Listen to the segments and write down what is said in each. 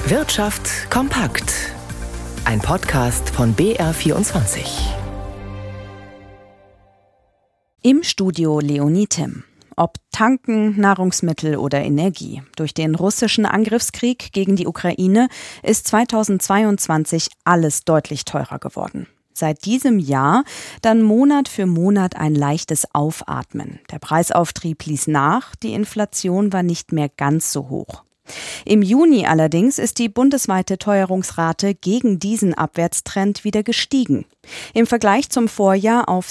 Wirtschaft kompakt. Ein Podcast von BR24. Im Studio Leonie Timm. Ob Tanken, Nahrungsmittel oder Energie. Durch den russischen Angriffskrieg gegen die Ukraine ist 2022 alles deutlich teurer geworden. Seit diesem Jahr dann Monat für Monat ein leichtes Aufatmen. Der Preisauftrieb ließ nach, die Inflation war nicht mehr ganz so hoch. Im Juni allerdings ist die bundesweite Teuerungsrate gegen diesen Abwärtstrend wieder gestiegen. Im Vergleich zum Vorjahr auf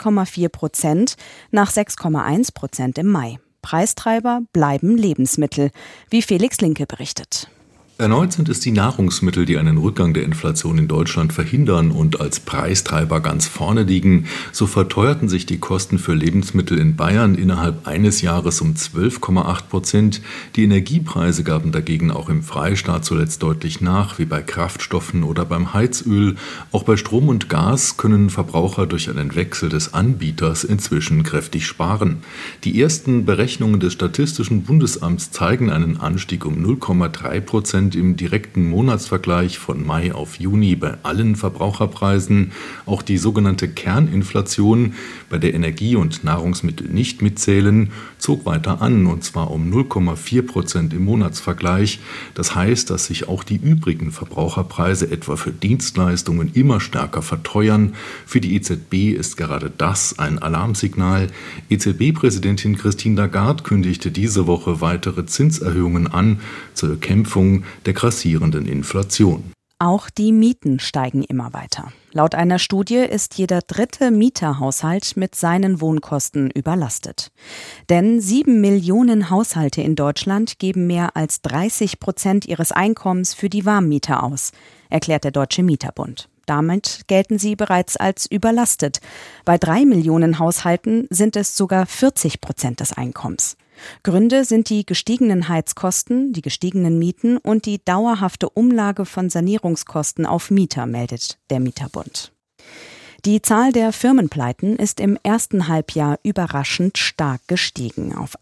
6,4%, nach 6,1% im Mai. Preistreiber bleiben Lebensmittel, wie Felix Linke berichtet. Erneut sind es die Nahrungsmittel, die einen Rückgang der Inflation in Deutschland verhindern und als Preistreiber ganz vorne liegen. So verteuerten sich die Kosten für Lebensmittel in Bayern innerhalb eines Jahres um 12,8%. Die Energiepreise gaben dagegen auch im Freistaat zuletzt deutlich nach, wie bei Kraftstoffen oder beim Heizöl. Auch bei Strom und Gas können Verbraucher durch einen Wechsel des Anbieters inzwischen kräftig sparen. Die ersten Berechnungen des Statistischen Bundesamts zeigen einen Anstieg um 0,3% im direkten Monatsvergleich von Mai auf Juni bei allen Verbraucherpreisen. Auch die sogenannte Kerninflation, bei der Energie und Nahrungsmittel nicht mitzählen, zog weiter an, und zwar um 0,4% im Monatsvergleich. Das heißt, dass sich auch die übrigen Verbraucherpreise etwa für Dienstleistungen immer stärker verteuern. Für die EZB ist gerade das ein Alarmsignal. EZB-Präsidentin Christine Lagarde kündigte diese Woche weitere Zinserhöhungen an zur Bekämpfung der grassierenden Inflation. Auch die Mieten steigen immer weiter. Laut einer Studie ist jeder dritte Mieterhaushalt mit seinen Wohnkosten überlastet. Denn 7 Millionen Haushalte in Deutschland geben mehr als 30% ihres Einkommens für die Warmmiete aus, erklärt der Deutsche Mieterbund. Damit gelten sie bereits als überlastet. Bei 3 Millionen Haushalten sind es sogar 40% des Einkommens. Gründe sind die gestiegenen Heizkosten, die gestiegenen Mieten und die dauerhafte Umlage von Sanierungskosten auf Mieter, meldet der Mieterbund. Die Zahl der Firmenpleiten ist im ersten Halbjahr überraschend stark gestiegen auf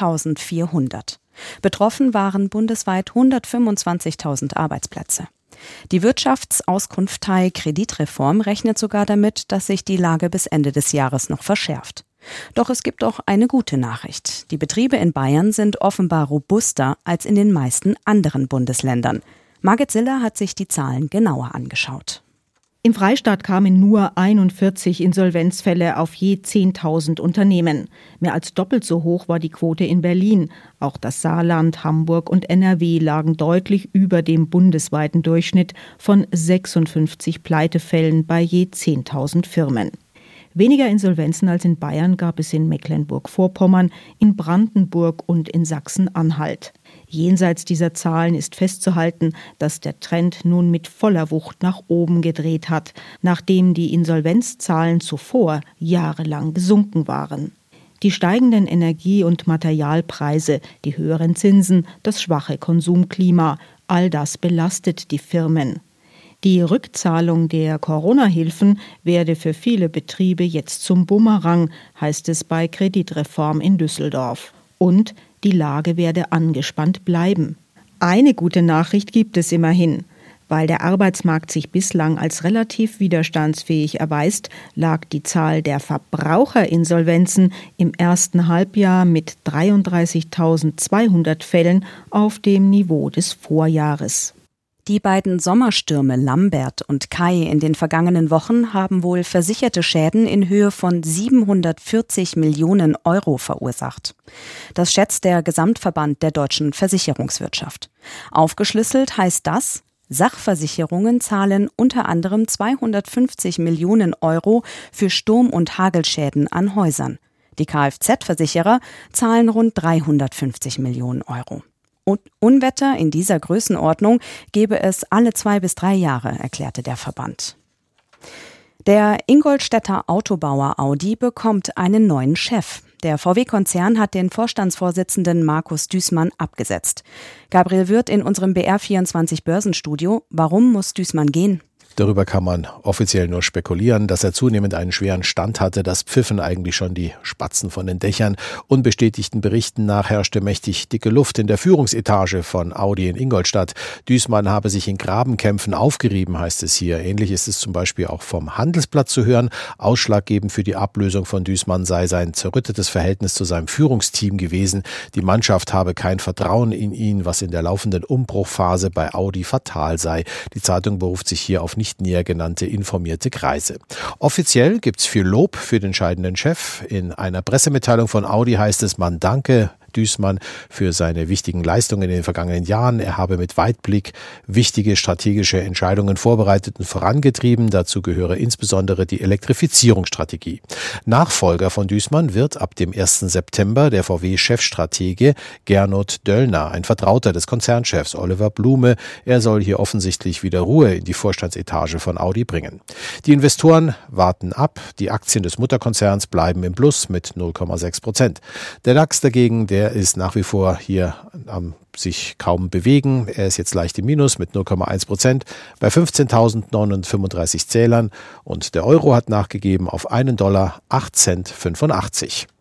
8.400. Betroffen waren bundesweit 125.000 Arbeitsplätze. Die Wirtschaftsauskunftei Kreditreform rechnet sogar damit, dass sich die Lage bis Ende des Jahres noch verschärft. Doch es gibt auch eine gute Nachricht. Die Betriebe in Bayern sind offenbar robuster als in den meisten anderen Bundesländern. Margit Siller hat sich die Zahlen genauer angeschaut. Im Freistaat kamen nur 41 Insolvenzfälle auf je 10.000 Unternehmen. Mehr als doppelt so hoch war die Quote in Berlin. Auch das Saarland, Hamburg und NRW lagen deutlich über dem bundesweiten Durchschnitt von 56 Pleitefällen bei je 10.000 Firmen. Weniger Insolvenzen als in Bayern gab es in Mecklenburg-Vorpommern, in Brandenburg und in Sachsen-Anhalt. Jenseits dieser Zahlen ist festzuhalten, dass der Trend nun mit voller Wucht nach oben gedreht hat, nachdem die Insolvenzzahlen zuvor jahrelang gesunken waren. Die steigenden Energie- und Materialpreise, die höheren Zinsen, das schwache Konsumklima, all das belastet die Firmen. Die Rückzahlung der Corona-Hilfen werde für viele Betriebe jetzt zum Bumerang, heißt es bei Kreditreform in Düsseldorf. Und die Lage werde angespannt bleiben. Eine gute Nachricht gibt es immerhin. Weil der Arbeitsmarkt sich bislang als relativ widerstandsfähig erweist, lag die Zahl der Verbraucherinsolvenzen im ersten Halbjahr mit 33.200 Fällen auf dem Niveau des Vorjahres. Die beiden Sommerstürme Lambert und Kai in den vergangenen Wochen haben wohl versicherte Schäden in Höhe von 740 Millionen Euro verursacht. Das schätzt der Gesamtverband der deutschen Versicherungswirtschaft. Aufgeschlüsselt heißt das, Sachversicherungen zahlen unter anderem 250 Millionen Euro für Sturm- und Hagelschäden an Häusern. Die Kfz-Versicherer zahlen rund 350 Millionen Euro. Und Unwetter in dieser Größenordnung gebe es alle 2 bis 3 Jahre, erklärte der Verband. Der Ingolstädter Autobauer Audi bekommt einen neuen Chef. Der VW-Konzern hat den Vorstandsvorsitzenden Markus Düßmann abgesetzt. Gabriel Wirth in unserem BR24 Börsenstudio. Warum muss Düßmann gehen? Darüber kann man offiziell nur spekulieren, dass er zunehmend einen schweren Stand hatte. Das pfiffen eigentlich schon die Spatzen von den Dächern. Unbestätigten Berichten nach herrschte mächtig dicke Luft in der Führungsetage von Audi in Ingolstadt. Duesmann habe sich in Grabenkämpfen aufgerieben, heißt es hier. Ähnlich ist es zum Beispiel auch vom Handelsblatt zu hören. Ausschlaggebend für die Ablösung von Duesmann sei sein zerrüttetes Verhältnis zu seinem Führungsteam gewesen. Die Mannschaft habe kein Vertrauen in ihn, was in der laufenden Umbruchphase bei Audi fatal sei. Die Zeitung beruft sich hier auf nicht näher genannte informierte Kreise. Offiziell gibt's viel Lob für den scheidenden Chef. In einer Pressemitteilung von Audi heißt es, man danke Duesmann für seine wichtigen Leistungen in den vergangenen Jahren. Er habe mit Weitblick wichtige strategische Entscheidungen vorbereitet und vorangetrieben. Dazu gehöre insbesondere die Elektrifizierungsstrategie. Nachfolger von Duesmann wird ab dem 1. September der VW-Chefstratege Gernot Döllner, ein Vertrauter des Konzernchefs Oliver Blume. Er soll hier offensichtlich wieder Ruhe in die Vorstandsetage von Audi bringen. Die Investoren warten ab. Die Aktien des Mutterkonzerns bleiben im Plus mit 0,6%. Der DAX dagegen, der ist nach wie vor hier am sich kaum bewegen. Er ist jetzt leicht im Minus mit 0,1% bei 15.935 Zählern und der Euro hat nachgegeben auf $1,0885.